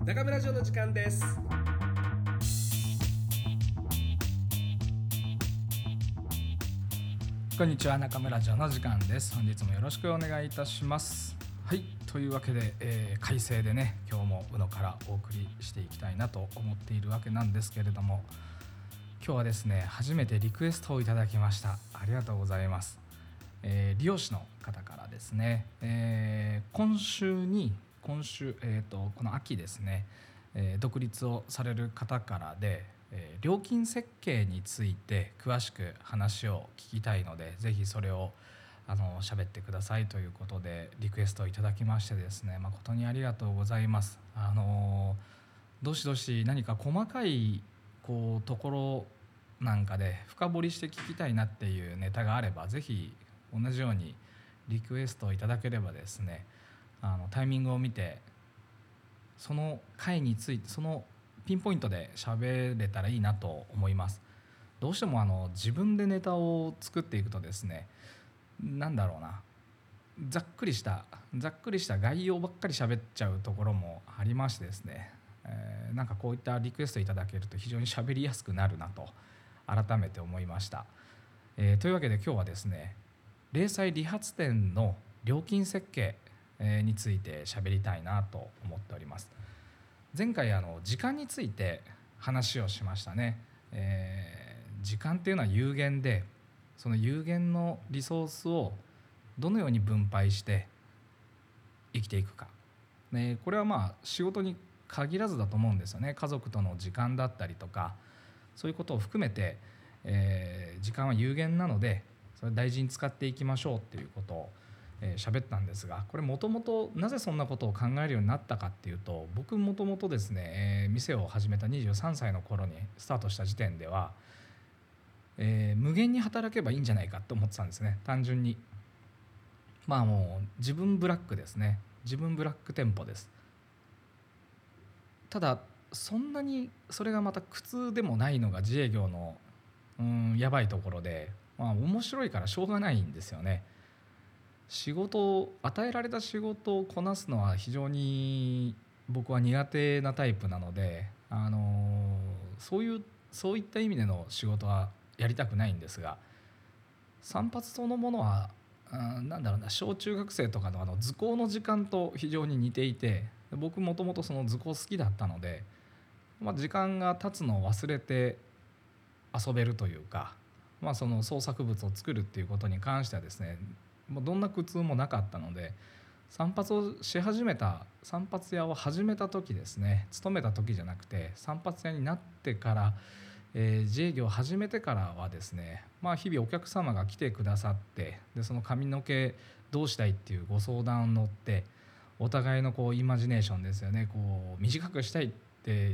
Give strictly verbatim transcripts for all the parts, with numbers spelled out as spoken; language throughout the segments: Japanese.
中村城の時間です。 こんにちは、中村城の時間です。本日もよろしくお願いいたします。はい、というわけで、えー、快晴でね、今日も宇野からお送りしていきたいなと思っているわけなんですけれども、今日はですね、初めてリクエストをいただきました。ありがとうございます。えー、理容師の方からですね、えー、今週に今週、えー、とこの秋ですね、えー、独立をされる方からで、えー、料金設計について詳しく話を聞きたいので、ぜひそれをあの喋ってくださいということでリクエストをいただきましてですね、誠にありがとうございます。あのどしどし何か細かいこうところなんかで深掘りして聞きたいなっていうネタがあれば、ぜひ同じようにリクエストをいただければですね、あのタイミングを見てその回についてそのピンポイントで喋れたらいいなと思います。どうしてもあの自分でネタを作っていくとですね、なんだろうな、ざっくりしたざっくりした概要ばっかり喋っちゃうところもありましてですね、えー、なんかこういったリクエストいただけると非常に喋りやすくなるなと改めて思いました。えー、というわけで今日はですね、零細理髪店の料金設計について喋りたいなと思っております。前回あの時間について話をしましたね。えー、時間っていうのは有限で、その有限のリソースをどのように分配して生きていくか、ね、これはまあ仕事に限らずだと思うんですよね。家族との時間だったりとか、そういうことを含めて、えー、時間は有限なのでそれを大事に使っていきましょうっていうことをえー、喋ったんですが、これもともとなぜそんなことを考えるようになったかっていうと、僕もともとですね、えー、店を始めたにじゅうさんさいの頃にスタートした時点では、えー、無限に働けばいいんじゃないかと思ってたんですね。単純にまあもう自分ブラックですね。自分ブラック店舗です。ただそんなにそれがまた苦痛でもないのが自営業のうんやばいところで、まあ、面白いからしょうがないんですよね。仕事を与えられた仕事をこなすのは非常に僕は苦手なタイプなので、あのそういうそういった意味での仕事はやりたくないんですが、散髪そのものは、うん、なんだろうな、小中学生とかのあの図工の時間と非常に似ていて、僕もともとその図工好きだったので、まあ、時間が経つのを忘れて遊べるというか、まあ、その創作物を作るっていうことに関してはですね、もうどんな苦痛もなかったので、散髪をし始めた散髪屋を始めた時ですね、勤めた時じゃなくて散髪屋になってから、えー、自営業を始めてからはですね、まあ、日々お客様が来てくださって、でその髪の毛どうしたいっていうご相談を乗って、お互いのこうイマジネーションですよね、こう短くしたいって、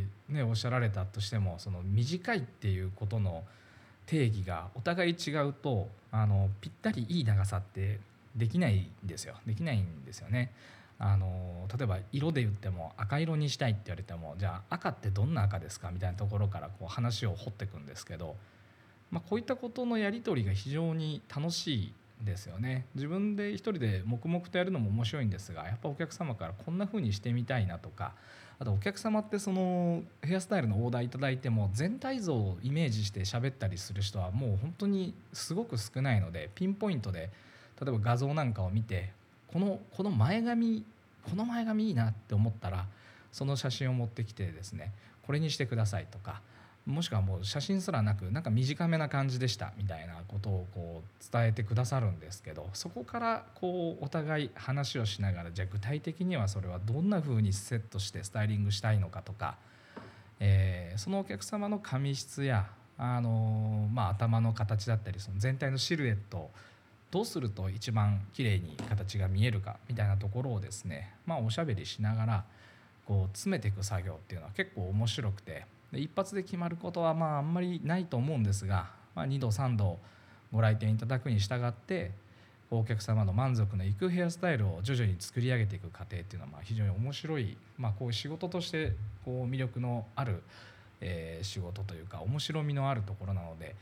ね、おっしゃられたとしても、その短いっていうことの定義がお互い違うと、あのぴったりいい長さってできないんですよできないんですよね。あの例えば色で言っても赤色にしたいって言われても、じゃあ赤ってどんな赤ですかみたいなところからこう話を掘っていくんですけど、まあ、こういったことのやり取りが非常に楽しいですよね。自分で一人で黙々とやるのも面白いんですが、やっぱお客様からこんな風にしてみたいなとか、あとお客様ってそのヘアスタイルのオーダーいただいても全体像をイメージして喋ったりする人はもう本当にすごく少ないので、ピンポイントで例えば画像なんかを見て、このこの前髪この前髪いいなって思ったら、その写真を持ってきてですね、これにしてくださいとか、もしくはもう写真すらなくなんか短めな感じでしたみたいなことをこう伝えてくださるんですけど、そこからこうお互い話をしながら、じゃあ具体的にはそれはどんな風にセットしてスタイリングしたいのかとか、えー、そのお客様の髪質や、あのーまあ、頭の形だったり、その全体のシルエットをどうすると一番綺麗に形が見えるかみたいなところをですね、まあ、おしゃべりしながらこう詰めていく作業っていうのは結構面白くて、で一発で決まることはまああんまりないと思うんですが、まあ、にどさんどご来店いただくに従ってお客様の満足のいくヘアスタイルを徐々に作り上げていく過程っていうのはまあ非常に面白い、まあ、こういう仕事としてこう魅力のある、えー、仕事というか面白みのあるところなので、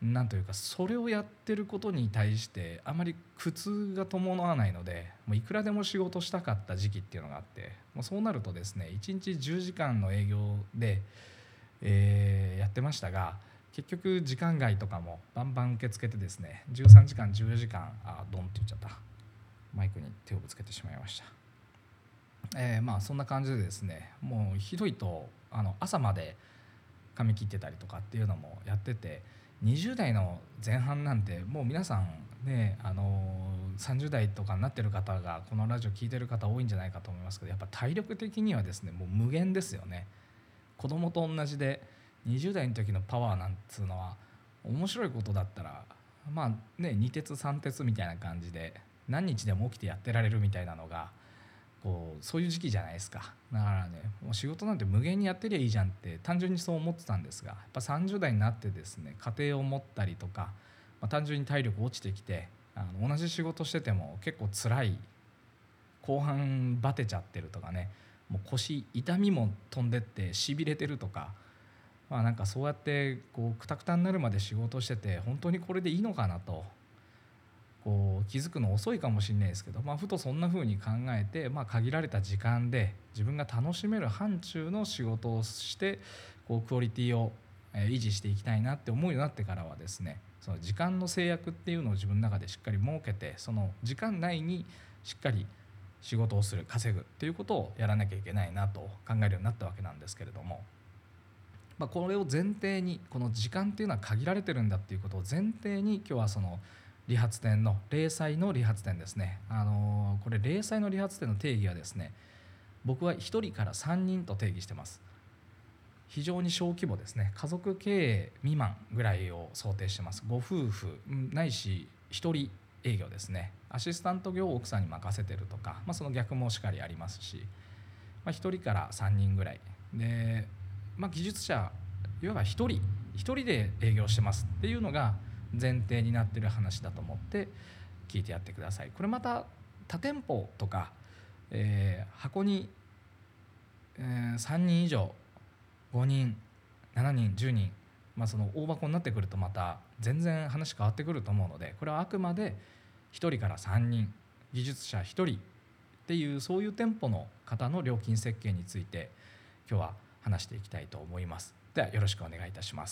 なんというかそれをやってることに対してあまり苦痛が伴わないので、もういくらでも仕事したかった時期っていうのがあって、もうそうなるとですねいちにちじゅうじかんの営業で、えーやってましたが、結局時間外とかもバンバン受け付けてですねじゅうさんじかんじゅうよじかん、あドンって言っちゃった、マイクに手をぶつけてしまいました。えーまあそんな感じでですね、もうひどいとあの朝まで髪切ってたりとかっていうのもやってて、にじゅう代の前半なんてもう皆さんね、あのさんじゅう代とかになってる方がこのラジオ聞いてる方多いんじゃないかと思いますけど、やっぱ体力的にはですねもう無限ですよね。子供と同じでにじゅう代の時のパワーなんつうのは面白いことだったらまあねに鉄さん鉄みたいな感じで何日でも起きてやってられるみたいなのがこうそういう時期じゃないですか。だからねもう仕事なんて無限にやってりゃいいじゃんって単純にそう思ってたんですが、やっぱさんじゅう代になってですね家庭を持ったりとか、まあ、単純に体力落ちてきてあの同じ仕事してても結構辛い、後半バテちゃってるとかね、もう腰痛みも飛んでってしびれてるとか、まあなんかそうやってこうクタクタになるまで仕事してて本当にこれでいいのかなとこう気づくの遅いかもしれないですけど、まあ、ふとそんな風に考えて、まあ、限られた時間で自分が楽しめる範疇の仕事をしてこうクオリティを維持していきたいなって思うようになってからはですね、その時間の制約っていうのを自分の中でしっかり設けて、その時間内にしっかり仕事をする、稼ぐっていうことをやらなきゃいけないなと考えるようになったわけなんですけれども、まあ、これを前提にこの時間っていうのは限られてるんだっていうことを前提に今日はその理髪店の零細の理髪店ですね、あのー、これ零細の理髪店の定義はですね、僕はひとりからさんにんと定義してます。非常に小規模ですね、家族経営未満ぐらいを想定してます。ご夫婦ないしひとり営業ですね、アシスタント業を奥さんに任せてるとか、まあ、その逆もしっかりありますし、まあ、ひとりからさんにんぐらいで、まあ、技術者いわばひとりひとりで営業してますっていうのが前提になってる話だと思って聞いてやってください。これまた多店舗とか、えー、箱に、えー、さんにん以上ごにんしちにんじゅうにん、まあ、その大箱になってくるとまた全然話変わってくると思うので、これはあくまでひとりからさんにん、技術者ひとりっていうそういう店舗の方の料金設計について今日は話していきたいと思います。ではよろしくお願いいたします。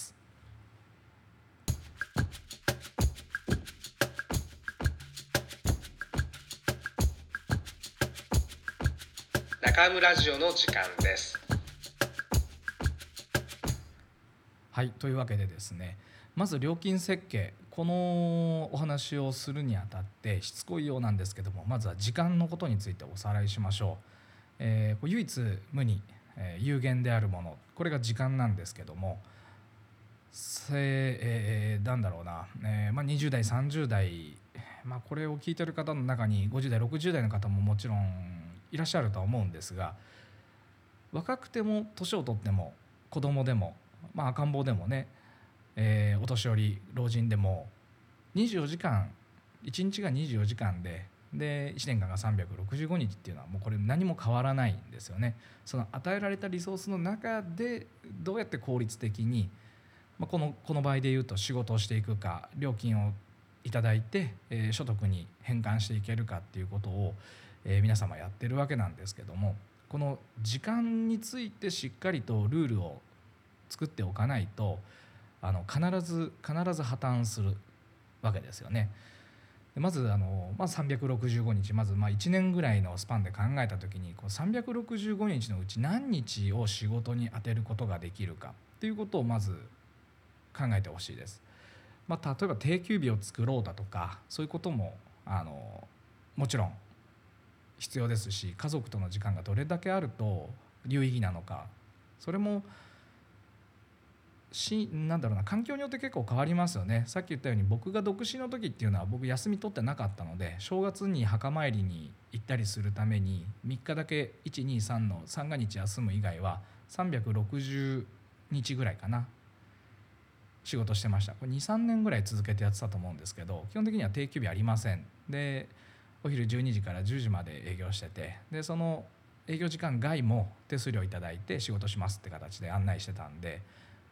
中村ラジオの時間です。 はい、というわけでですね、まず料金設計、このお話をするにあたってしつこいようなんですけども、まずは時間のことについておさらいしましょう。えー、唯一無二、えー、有限であるもの、これが時間なんですけども、せえー、なんだろうな、えーまあ、にじゅう代さんじゅう代、まあ、これを聞いてる方の中にごじゅう代ろくじゅう代の方ももちろんいらっしゃるとは思うんですが、若くても年を取っても子供でも、まあ、赤ん坊でもね、えー、お年寄り老人でもにじゅうよじかん、いちにちがにじゅうよじかんででいちねんかんがさんびゃくろくじゅうごにちっていうのはもうこれ何も変わらないんですよね。その与えられたリソースの中でどうやって効率的に、まあ、このこの場合でいうと仕事をしていくか、料金をいただいて、えー、所得に変換していけるかっていうことを、えー、皆様やってるわけなんですけども、この時間についてしっかりとルールを作っておかないとあの必ず必ず破綻するわけですよね。まずあの、まあ、さんびゃくろくじゅうごにち、まずまあいちねんぐらいのスパンで考えた時にこうさんびゃくろくじゅうごにちのうち何日を仕事に充てることができるかっていうことをまず考えてほしいです。まあ、例えば定休日を作ろうだとかそういうこともあのもちろん必要ですし、家族との時間がどれだけあると有意義なのか、それもしなんだろうな、環境によって結構変わりますよね。さっき言ったように僕が独身の時っていうのは僕休み取ってなかったので、正月に墓参りに行ったりするためにみっかだけいちにさんの三が日休む以外はさんびゃくろくじゅうにちぐらいかな仕事してました。これにさんねんぐらい続けてやってたと思うんですけど、基本的には定休日ありません。でお昼じゅうにじからじゅうじまで営業してて、でその営業時間外も手数料いただいて仕事しますって形で案内してたんで、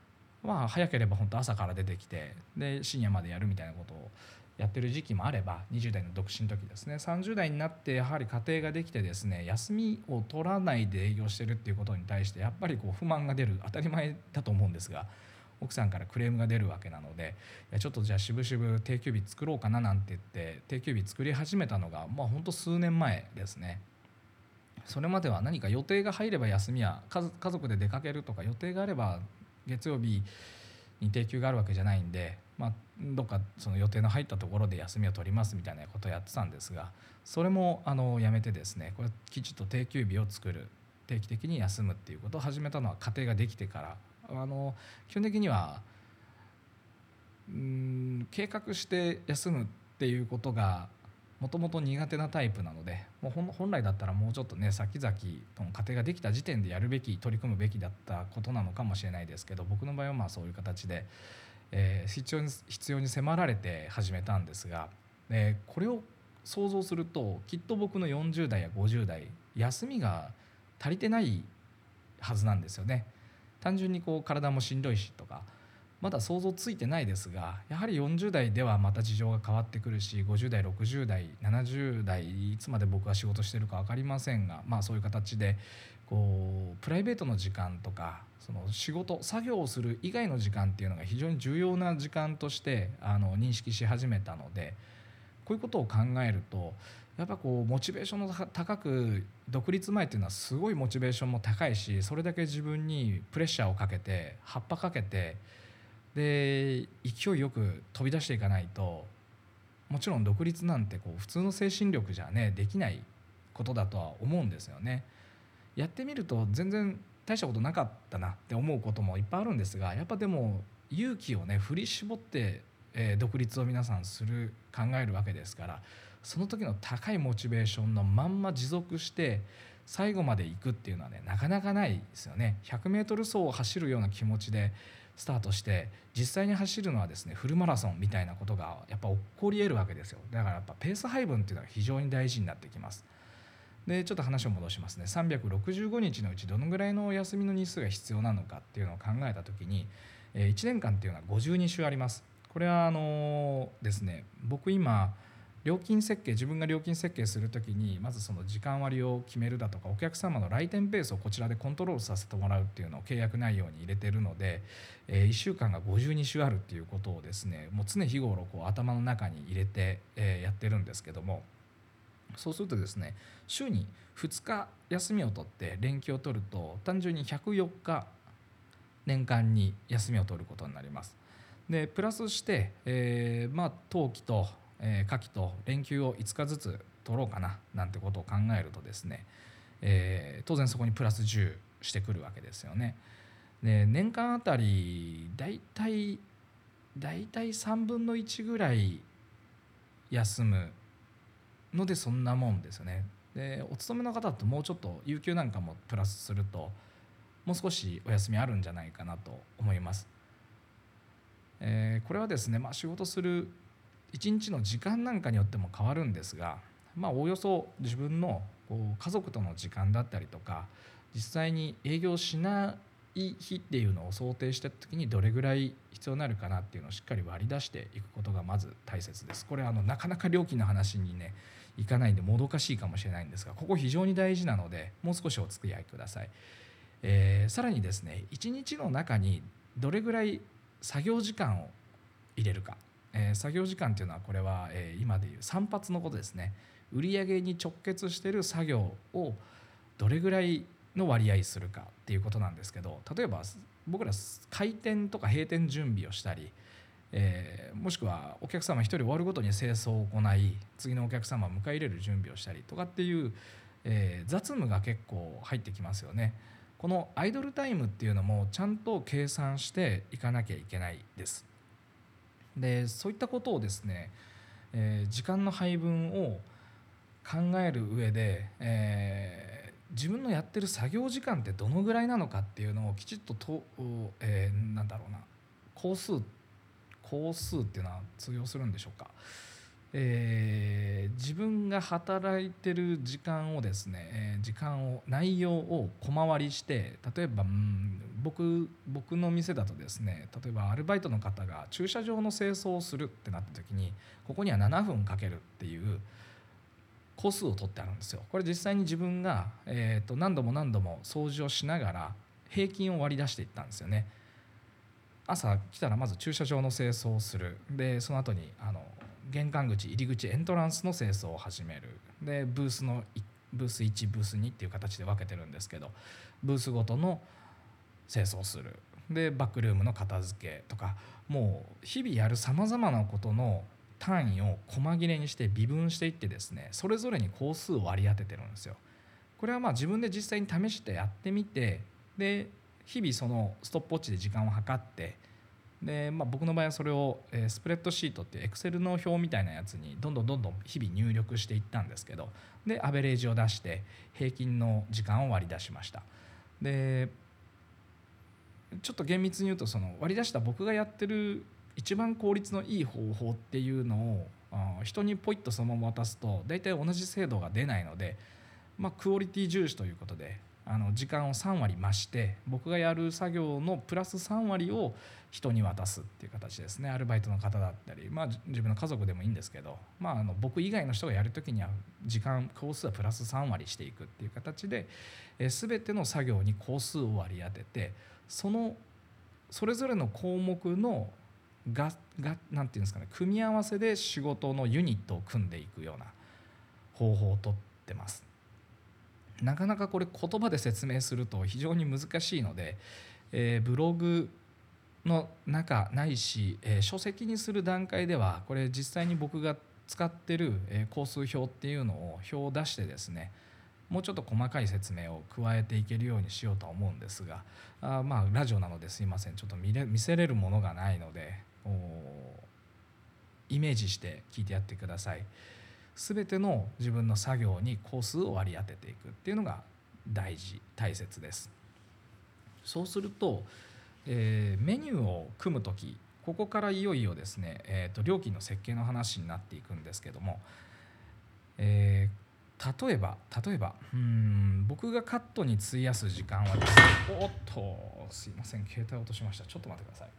まあ、早ければ本当朝から出てきてで深夜までやるみたいなことをやってる時期もあれば、にじゅう代の独身の時ですね、さんじゅう代になってやはり家庭ができてですね、休みを取らないで営業してるっていうことに対してやっぱりこう不満が出る、当たり前だと思うんですが、奥さんからクレームが出るわけなので、いやちょっとじゃあ渋々定休日作ろうかななんて言って定休日作り始めたのがまあ本当数年前ですね。それまでは何か予定が入れば休みや家族で出かけるとか予定があれば月曜日に定休があるわけじゃないんで、まあ、どっかその予定の入ったところで休みを取りますみたいなことをやってたんですが、それもあのやめてですね、これきちっと定休日を作る、定期的に休むっていうことを始めたのは家庭ができてから。あの基本的にはうーん計画して休むっていうことがもともと苦手なタイプなので、もう本来だったらもうちょっとね先々との家庭ができた時点でやるべき取り組むべきだったことなのかもしれないですけど、僕の場合はまあそういう形で、えー、必要に必要に迫られて始めたんですが、えー、これを想像するときっと僕のよんじゅう代やごじゅう代休みが足りてないはずなんですよね。単純にこう体もしんどいしとかまだ想像ついてないですが、やはりよんじゅう代ではまた事情が変わってくるし、ごじゅう代ろくじゅう代ななじゅう代いつまで僕は仕事してるか分かりませんが、まあそういう形でこうプライベートの時間とかその仕事作業をする以外の時間っていうのが非常に重要な時間としてあの認識し始めたので、こういうことを考えるとやっぱこうモチベーションの高く、独立前っていうのはすごいモチベーションも高いし、それだけ自分にプレッシャーをかけて葉っぱかけてで勢いよく飛び出していかないと、もちろん独立なんてこう普通の精神力じゃねできないことだとは思うんですよね。やってみると全然大したことなかったなって思うこともいっぱいあるんですが、やっぱでも勇気をね振り絞って、えー、独立を皆さんする考えるわけですから、その時の高いモチベーションのまんま持続して最後まで行くっていうのはねなかなかないですよね。ひゃくメートル走を走るような気持ちでスタートして実際に走るのはですねフルマラソンみたいなことがやっぱ起こり得るわけですよ。だからやっぱペース配分っていうのが非常に大事になってきます。でちょっと話を戻しますね。さんびゃくろくじゅうごにちのうちどのぐらいの休みの日数が必要なのかっていうのを考えた時に、いちねんかんっていうのはごじゅうに週あります。これはあのですね、僕今料金設計、自分が料金設計するときにまずその時間割を決めるだとか、お客様の来店ペースをこちらでコントロールさせてもらうっていうのを契約内容に入れてるので、えー、いっしゅうかんがごじゅうに週あるっていうことをですね、もう常日頃こう頭の中に入れて、えー、やってるんですけども、そうするとですね、週にふつか休みを取って連休を取ると単純にひゃくよっか年間に休みを取ることになります。でプラスして、えー、まあ冬季とえー、夏季と連休をいつかずつ取ろうかななんてことを考えるとですね、えー、当然そこにプラスじゅうしてくるわけですよね。で年間あたりだいたいだいたいさんぶんのいちぐらい休むのでそんなもんですよね。でお勤めの方だともうちょっと有給なんかもプラスするともう少しお休みあるんじゃないかなと思います。えー、これはですね、まあ、仕事する一日の時間なんかによっても変わるんですが、まあおおよそ自分のこう家族との時間だったりとか、実際に営業しない日っていうのを想定した時にどれぐらい必要になるかなっていうのをしっかり割り出していくことがまず大切です。これはあのなかなか料金の話にねいかないんでもどかしいかもしれないんですが、ここ非常に大事なのでもう少しお付き合いください。えー、さらにですね、一日の中にどれぐらい作業時間を入れるか、えー、作業時間っていうのはこれは、えー、今でいう散髪のことですね。売上に直結している作業をどれぐらいの割合するかっていうことなんですけど、例えば僕ら開店とか閉店準備をしたり、えー、もしくはお客様一人終わるごとに清掃を行い次のお客様を迎え入れる準備をしたりとかっていう、えー、雑務が結構入ってきますよね。このアイドルタイムっていうのもちゃんと計算していかなきゃいけないです。でそういったことをですね、えー、時間の配分を考える上で、えー、自分のやってる作業時間ってどのぐらいなのかっていうのをきちっとと、えー、なんだろうな工数工数っていうのは通用するんでしょうか、えー、自分分が働いてる時間をですね、えー時間を内容を小回りして、例えば、うん、僕僕の店だとですね、例えばアルバイトの方が駐車場の清掃をするってなった時に、ここにはななふんかけるっていう個数を取ってあるんですよ。これ実際に自分が、えーと何度も何度も掃除をしながら平均を割り出していったんですよね。朝来たらまず駐車場の清掃をする。でその後にあの玄関口、入り口、エントランスの清掃を始める。でブースのブースいち、ブースにっていう形で分けてるんですけど、ブースごとの清掃をする。でバックルームの片付けとか、もう日々やるさまざまなことの単位を細切れにして微分していってですね、それぞれに工数を割り当ててるんですよ。これはまあ自分で実際に試してやってみて、で日々そのストップウォッチで時間を計って、で、まあ、僕の場合はそれをスプレッドシートっていうエクセルの表みたいなやつにどんどんどんどん日々入力していったんですけど、でアベレージを出して平均の時間を割り出しました。でちょっと厳密に言うと、その割り出した僕がやってる一番効率のいい方法っていうのを人にポイッとそのまま渡すと大体同じ精度が出ないので、まあ、クオリティ重視ということであの時間をさんわり増して、僕がやる作業のプラスさんわりを人に渡すっていう形ですね。アルバイトの方だったり、まあ、自分の家族でもいいんですけど、まあ、あの僕以外の人がやるときには時間工数はプラスさんわりしていくっていう形で、えー、全ての作業に工数を割り当てて、そのそれぞれの項目のががなんていうんですかね、組み合わせで仕事のユニットを組んでいくような方法をとってます。なかなかこれ言葉で説明すると非常に難しいので、えー、ブログの中ないし、えー、書籍にする段階ではこれ実際に僕が使ってる、えー、工数表っていうのを表を出してですね、もうちょっと細かい説明を加えていけるようにしようとは思うんですが、あまあラジオなのですいません、ちょっと見れ見せれるものがないのでイメージして聞いてやってください。全ての自分の作業に工数を割り当てていくっていうのが大事大切です。そうすると、えー、メニューを組むとき、ここからいよいよですね、えー、と料金の設計の話になっていくんですけども、えー、例えば例えばうーん僕がカットに費やす時間はですね、おっとすいません、携帯落としました。ちょっと待ってください。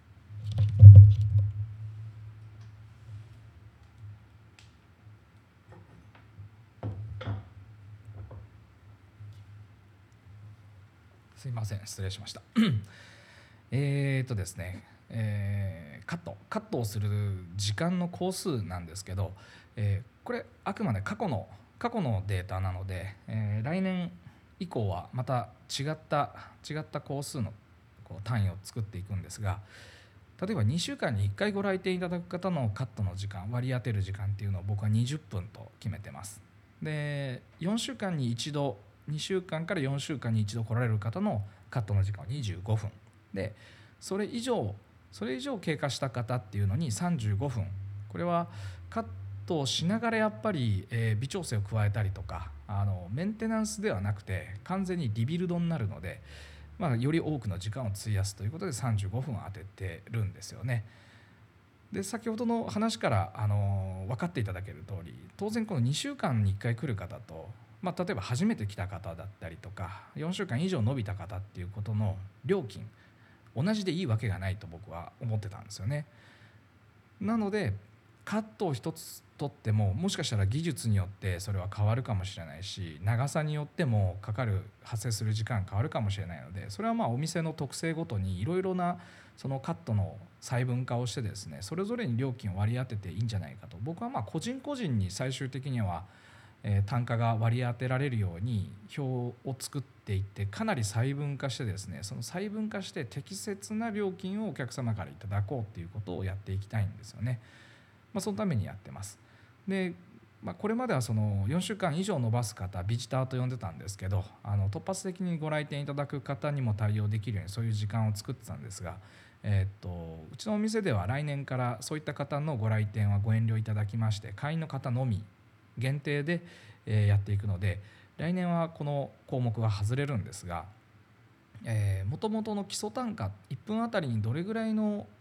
すいません、失礼しましたえーとですね、えー、カットカットをする時間の工数なんですけど、えー、これあくまで過去の過去のデータなので、えー、来年以降はまた違った違った工数のこう単位を作っていくんですが、例えばにしゅうかんにいっかいご来店いただく方のカットの時間、割り当てる時間っていうのを僕はにじゅっぷんと決めてます。でよんしゅうかんに一度、にしゅうかんからよんしゅうかんに一度来られる方のカットの時間はにじゅうごふんで、それ以上それ以上経過した方っていうのにさんじゅうごふん、これはカットをしながらやっぱり、えー、微調整を加えたりとか、あのメンテナンスではなくて完全にリビルドになるので、まあ、より多くの時間を費やすということでさんじゅうごふん当ててるんですよね。で先ほどの話からあの分かっていただける通り、当然このにしゅうかんにいっかい来る方と、まあ、例えば初めて来た方だったりとかよんしゅうかん以上伸びた方っていうことの料金同じでいいわけがないと僕は思ってたんですよね。なのでカットを一つ取ってももしかしたら技術によってそれは変わるかもしれないし、長さによってもかかる発生する時間変わるかもしれないので、それはまあお店の特性ごとにいろいろなそのカットの細分化をしてですね、それぞれに料金を割り当てていいんじゃないかと、僕はまあ個人個人に最終的にはえ単価が割り当てられるように表を作っていって、かなり細分化してですね、その細分化して適切な料金をお客様からいただこうっていうことをやっていきたいんですよね。まあ、そのためにやってます。で、まあ、これまではそのよんしゅうかん以上伸ばす方、ビジターと呼んでたんですけど、あの突発的にご来店いただく方にも対応できるようにそういう時間を作ってたんですが、えー、っとうちのお店では来年からそういった方のご来店はご遠慮いただきまして、会員の方のみ限定でやっていくので、来年はこの項目は外れるんですが、もともとの基礎単価いっぷんあたりにどれぐらいの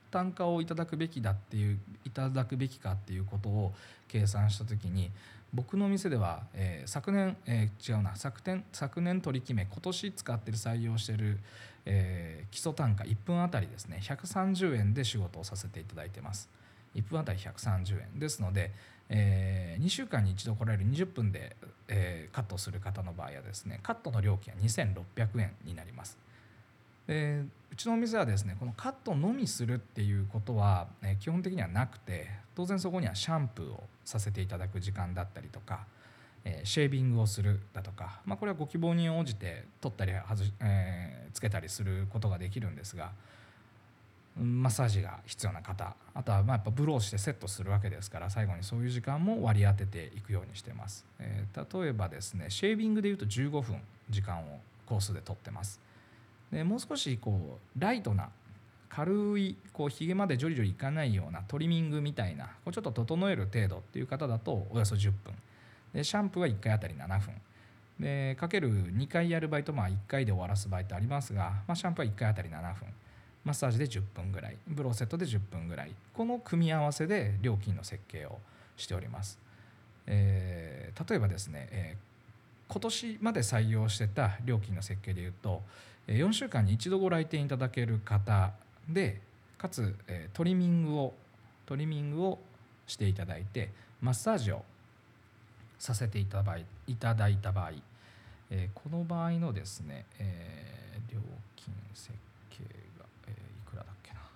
単価をいただくべきだっていういただくべきかっていうことを計算した時に、僕の店では、えー、昨年、えー、違うな昨年昨年取り決め今年使ってる採用してる、えー、基礎単価いっぷんあたりですねひゃくさんじゅうえんで仕事をさせていただいてます。いっぷんあたりひゃくさんじゅうえんですので、えー、にしゅうかんに一度来られるにじゅっぷんで、えー、カットをする方の場合はですね、カットの料金はにせんろっぴゃくえんになります。でうちのお店はですねこのカットのみするっていうことは、えー、基本的にはなくて、当然そこにはシャンプーをさせていただく時間だったりとか、えー、シェービングをするだとか、まあ、これはご希望に応じて取ったり外し、えー、つけたりすることができるんですが、マッサージが必要な方、あとはまあやっぱブローしてセットするわけですから、最後にそういう時間も割り当てていくようにしてます。えー、例えばですねシェービングでいうとじゅうごふん時間をコースで取ってます。でもう少しこうライトな軽いこうひげまでジョリジョリいかないようなトリミングみたいなこうちょっと整える程度っていう方だとおよそじゅっぷんで、シャンプーはいっかいあたりななふんでかけるにかいやる場合とまあいっかいで終わらす場合ってありますが、まあ、シャンプーはいっかいあたりななふん、マッサージでじゅっぷんぐらい、ブローセットでじゅっぷんぐらい、この組み合わせで料金の設計をしております。えー、例えばですね、えー今年まで採用してた料金の設計でいうと、よんしゅうかんに一度ご来店いただける方で、かつトリミングをトリミングをしていただいてマッサージをさせていただいた場合、この場合のですね、えー、料金設計が、えー、いくらだっけな、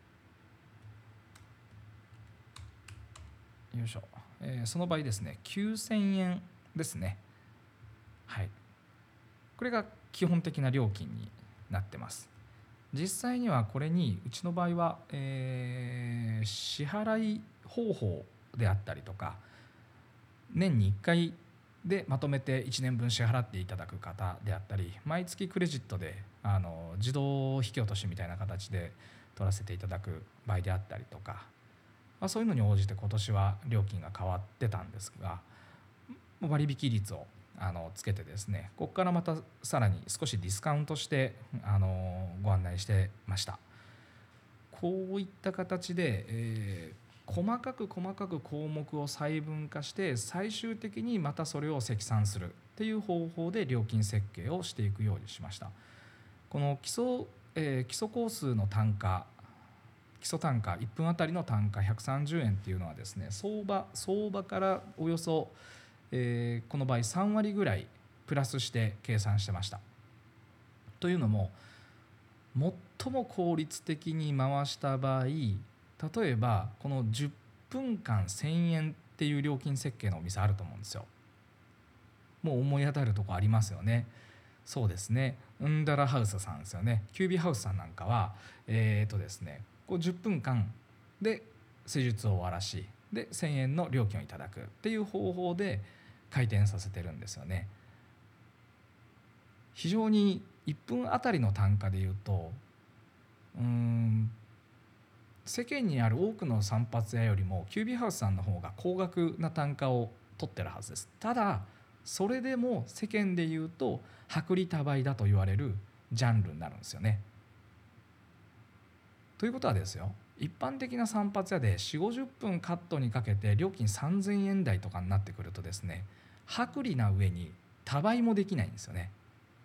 よいしょ、えー、その場合ですねきゅうせんえんですね。はい、これが基本的な料金になってます。実際にはこれにうちの場合は、えー、支払い方法であったりとか、年にいっかいでまとめていちねんぶん支払っていただく方であったり、毎月クレジットであの自動引き落としみたいな形で取らせていただく場合であったりとか、まあ、そういうのに応じて今年は料金が変わってたんですが、割引率をあのつけてですね、ここからまたさらに少しディスカウントしてあのご案内してました。こういった形で、えー、細かく細かく項目を細分化して最終的にまたそれを積算するっていう方法で料金設計をしていくようにしました。この基礎、えー、基礎コースの単価、基礎単価いっぷんあたりの単価ひゃくさんじゅうえんっていうのはですね、相場相場からおよそえー、この場合さんわりぐらいプラスして計算してました。というのも、最も効率的に回した場合、例えばこのじゅっぷんかんせんえんっていう料金設計のお店あると思うんですよ。もう思い当たるとこありますよね。そうですね、うんだらハウスさんですよね。キュービーハウスさんなんかはえー、とですねこうじゅっぷんかんで施術を終わらしでせんえんの料金をいただくっていう方法で回転させてるんですよね。非常にいっぷんあたりの単価でいうと、うーん世間にある多くの散髪屋よりもキュービーハウスさんの方が高額な単価を取ってるはずです。ただそれでも世間でいうと薄利多売だと言われるジャンルになるんですよね。ということはですよ、一般的な散髪屋でよんじゅうごじゅっぷんカットにかけて料金さんぜんえん台とかになってくるとですね、薄利な上に多売もできないんですよね。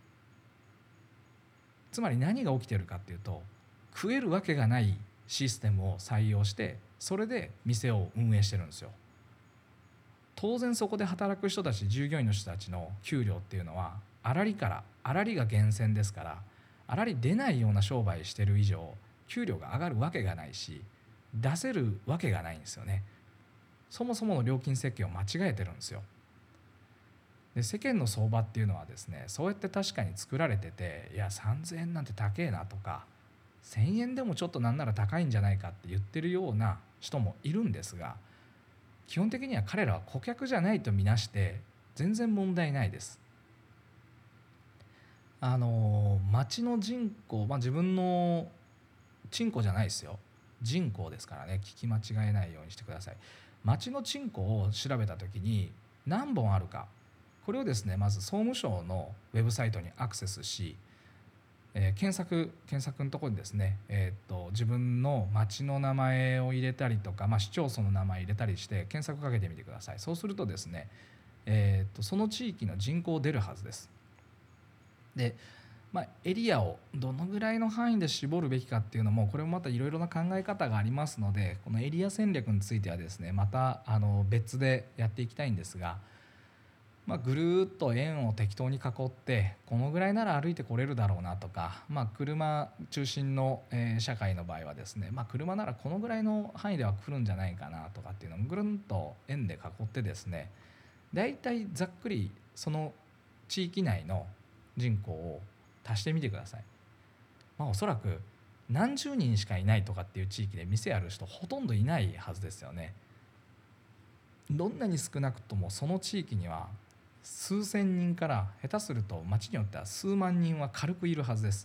つまり何が起きてるかっていうと、食えるわけがないシステムを採用してそれで店を運営してるんですよ。当然そこで働く人たち、従業員の人たちの給料っていうのは粗利から粗利が源泉ですから、粗利出ないような商売してる以上給料が上がるわけがないし、出せるわけがないんですよね。そもそもの料金設計を間違えてるんですよ。で世間の相場っていうのはですね、そうやって確かに作られてて、いやさんぜんえんなんて高えなとか、せんえんでもちょっとなんなら高いんじゃないかって言ってるような人もいるんですが、基本的には彼らは顧客じゃないとみなして全然問題ないです。あの町の人口、まあ、自分のチンコじゃないですよ、人口ですからね、聞き間違えないようにしてください。町のチンコを調べた時に何本あるか、これをですねまず総務省のウェブサイトにアクセスし、 えー、検索検索のところにですね、えー、と自分の町の名前を入れたりとか、まあ、市町村の名前入れたりして検索かけてみてください。そうするとですね、えー、とその地域の人口出るはずです。で、まあ、エリアをどのぐらいの範囲で絞るべきかっていうのも、これもまたいろいろな考え方がありますので、このエリア戦略についてはですね、またあの別でやっていきたいんですが、まあ、ぐるーっと円を適当に囲って、このぐらいなら歩いてこれるだろうなとか、まあ、車中心の、えー社会の場合はですね、まあ、車ならこのぐらいの範囲では来るんじゃないかなとかっていうのをぐるんと円で囲ってですね、だいたいざっくりその地域内の人口を足してみてください。まあ、おそらく何十人しかいないとかっていう地域で店ある人ほとんどいないはずですよね。どんなに少なくともその地域には数千人から下手すると町によっては数万人は軽くいるはずです。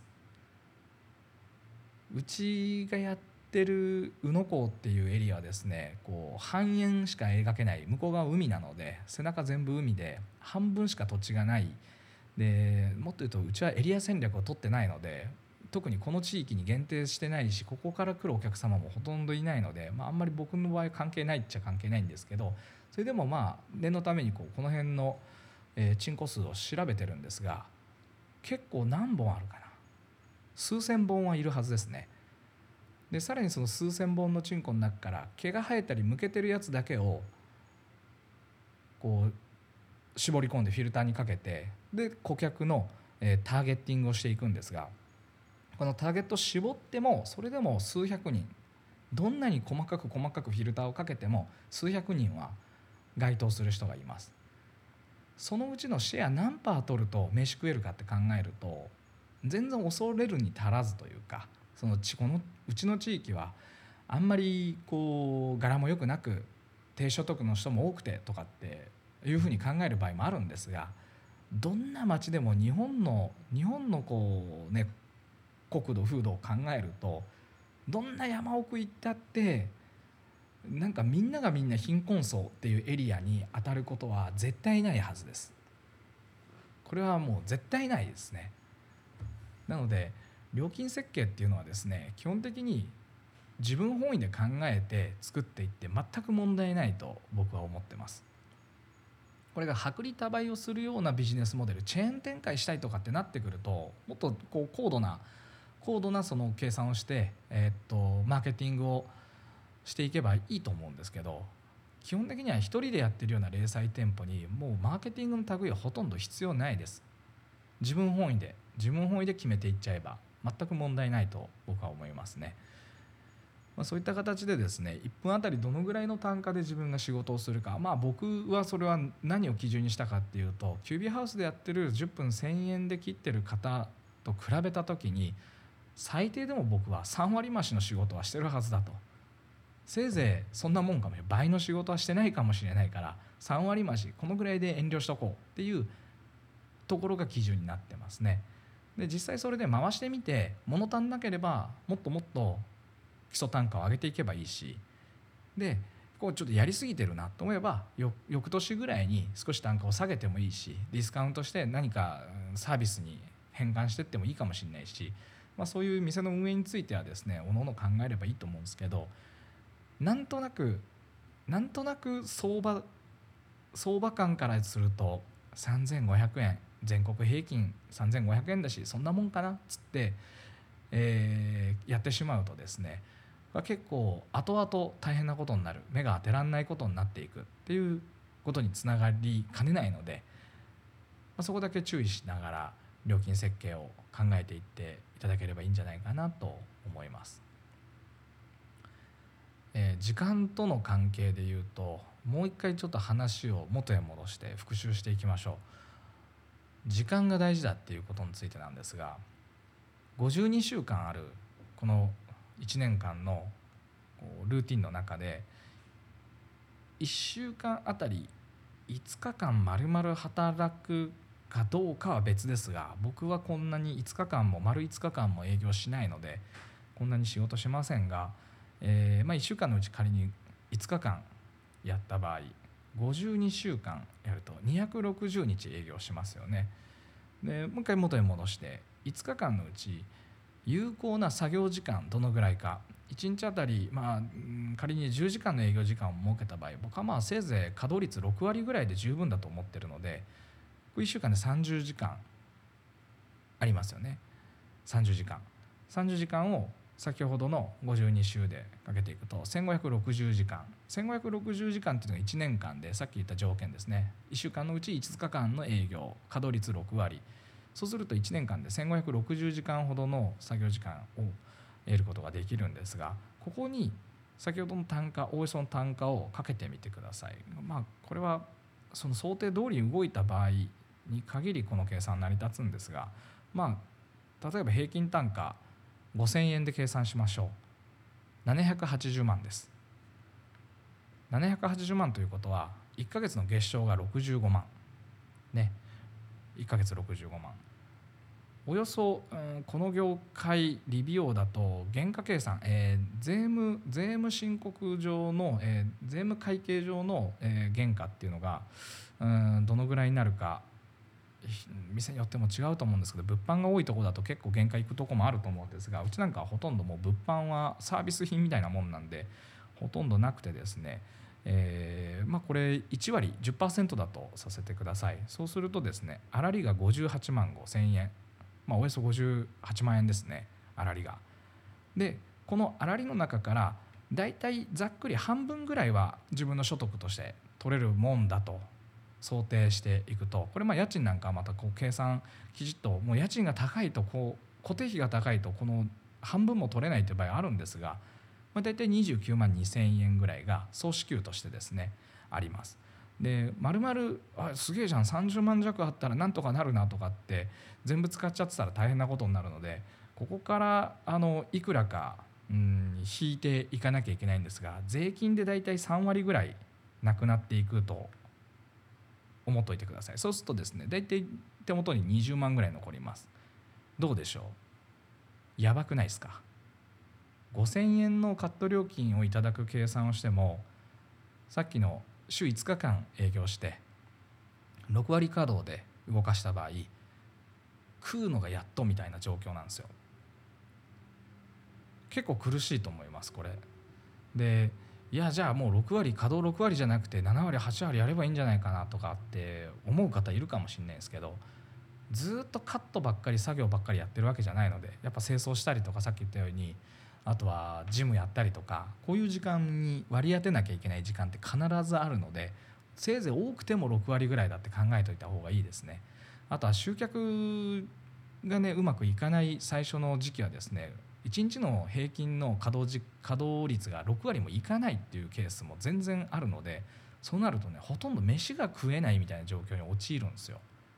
うちがやってる宇野港っていうエリアはですね、こう半円しか描けない、向こう側海なので背中全部海で半分しか土地がない。でもっと言うとうちはエリア戦略を取ってないので、特にこの地域に限定してないし、ここから来るお客様もほとんどいないので、まあ、あんまり僕の場合関係ないっちゃ関係ないんですけど、それでもまあ念のためにこうこの辺のえー、チンコ数を調べてるんですが、結構何本あるかな、数千本はいるはずですね。でさらにその数千本のチンコの中から毛が生えたりむけてるやつだけをこう絞り込んでフィルターにかけて、で顧客の、えー、ターゲッティングをしていくんですが、このターゲットを絞ってもそれでも数百人、どんなに細かく細かくフィルターをかけても数百人は該当する人がいます。そのうちのシェア何パー取ると飯食えるかって考えると、全然恐れるに足らずというか、そのこのうちの地域はあんまりこう柄も良くなく低所得の人も多くてとかっていうふうに考える場合もあるんですが、どんな町でも日本の日本のこうね国土風土を考えると、どんな山奥行ったってなんかみんながみんな貧困層っていうエリアに当たることは絶対ないはずです。これはもう絶対ないですね。なので料金設計っていうのはですね、基本的に自分本位で考えて作っていって全く問題ないと僕は思ってます。これが薄利多売をするようなビジネスモデル、チェーン展開したいとかってなってくると、もっとこう高度な高度なその計算をして、えー、っとマーケティングをしていけばいいと思うんですけど、基本的には一人でやってるような零細店舗にもうマーケティングの類はほとんど必要ないです。自分本位で自分本位で決めていっちゃえば全く問題ないと僕は思いますね。まあ、そういった形でですね、いっぷんあたりどのぐらいの単価で自分が仕事をするか、まあ僕はそれは何を基準にしたかっていうと、キュービーハウスでやってるじゅっぷんせんえんで切ってる方と比べた時に、最低でも僕はさんわり増しの仕事はしてるはずだと。せいぜいそんなもんかも、倍の仕事はしてないかもしれないから、さんわり増しこのぐらいで遠慮しとこうっていうところが基準になってますね。で実際それで回してみて物足んなければもっともっと基礎単価を上げていけばいいし、でこうちょっとやりすぎてるなと思えばよ翌年ぐらいに少し単価を下げてもいいし、ディスカウントして何かサービスに変換していってもいいかもしれないし、まあ、そういう店の運営についてはですね、おのおの考えればいいと思うんですけど、なんとなくなんとなく相場相場感からするとさんぜんごひゃくえん、全国平均さんぜんごひゃくえんだしそんなもんかなっつって、えーやってしまうとですね、結構後々大変なことになる、目が当てられないことになっていくっていうことにつながりかねないので、まあ、そこだけ注意しながら料金設計を考えていっていただければいいんじゃないかなと思います。えー、時間との関係でいうと、もう一回ちょっと話を元へ戻して復習していきましょう。時間が大事だっていうことについてなんですが、ごじゅうにしゅうかんあるこのいちねんかんのルーティンの中で、いっしゅうかんあたりいつかかん丸々働くかどうかは別ですが、僕はこんなにいつかかんも丸いつかかんも営業しないのでこんなに仕事しませんが、えーまあ、いっしゅうかんのうち仮にいつかかんやった場合、ごじゅうにしゅうかんやるとにひゃくろくじゅうにち営業しますよね。 でもう一回元に戻していつかかんのうち有効な作業時間どのぐらいか、いちにちあたり、まあ、仮にじゅうじかんの営業時間を設けた場合、僕はまあせいぜい稼働率ろくわりぐらいで十分だと思ってるので、いっしゅうかんでさんじゅうじかんありますよね。さんじゅうじかんさんじゅうじかんを先ほどのごじゅうにしゅうでかけていくとせんごひゃくろくじゅうじかんせんごひゃくろくじゅうじかんっていうのがいちねんかんで、さっき言った条件ですね。いっしゅうかんのうちいつかかんの営業、稼働率ろくわり、そうするといちねんかんでせんごひゃくろくじゅうじかんほどの作業時間を得ることができるんですが、ここに先ほどの単価、おおよその単価をかけてみてください。まあこれはその想定通り動いた場合に限りこの計算成り立つんですが、まあ例えば平均単価ごせんえんで計算しましょう。ななひゃくはちじゅうまんです。ななひゃくはちじゅうまんということはいっかげつの月賞がろくじゅうごまんね。いっかげつろくじゅうごまん、およそ、うん、この業界理美容だと原価計算、えー、税務税務申告上の、えー、税務会計上の、えー、原価っていうのが、うん、どのぐらいになるか店によっても違うと思うんですけど、物販が多いところだと結構限界いくところもあると思うんですが、うちなんかはほとんどもう物販はサービス品みたいなもんなんでほとんどなくてですね、えーまあ、これいちわり じゅっパーセント だとさせてください。そうするとですね、粗利がごじゅうはちまんごせんえん、まあ、およそごじゅうはちまんえんですね、粗利が。でこの粗利の中からだいたいざっくり半分ぐらいは自分の所得として取れるもんだと想定していくと、これまあ家賃なんかはまたこう計算きちっと、もう家賃が高いとこう固定費が高いとこの半分も取れないという場合あるんですが、まあ、大体にじゅうきゅうまんにせんえんぐらいが総支給としてですねあります。で丸々あすげえじゃんさんじゅうまん弱あったらなんとかなるなとかって全部使っちゃってたら大変なことになるので、ここからあのいくらかうん引いていかなきゃいけないんですが、税金で大体さんわりぐらいなくなっていくと思っといてください。そうするとですね、大体手元ににじゅうまんぐらい残ります。どうでしょう、やばくないですか。ごせんえんのカット料金をいただく計算をしても、さっきの週いつかかん営業してろくわり稼働で動かした場合、食うのがやっとみたいな状況なんですよ。結構苦しいと思いますこれで。いやじゃあもうろくわり稼働ろくわりじゃなくてななわりはちわりやればいいんじゃないかなとかって思う方いるかもしれないですけど、ずっとカットばっかり作業ばっかりやってるわけじゃないので、やっぱ清掃したりとかさっき言ったようにあとはジムやったりとか、こういう時間に割り当てなきゃいけない時間って必ずあるので、せいぜい多くてもろくわりぐらいだって考えておいた方がいいですね。あとは集客がねうまくいかない最初の時期はですね、いちにちの平均の稼働時稼働率がろくわりもいかないっていうケースも全然あるので、そうなるとねほとんど飯が食えないみたいな状況に陥るんですよ。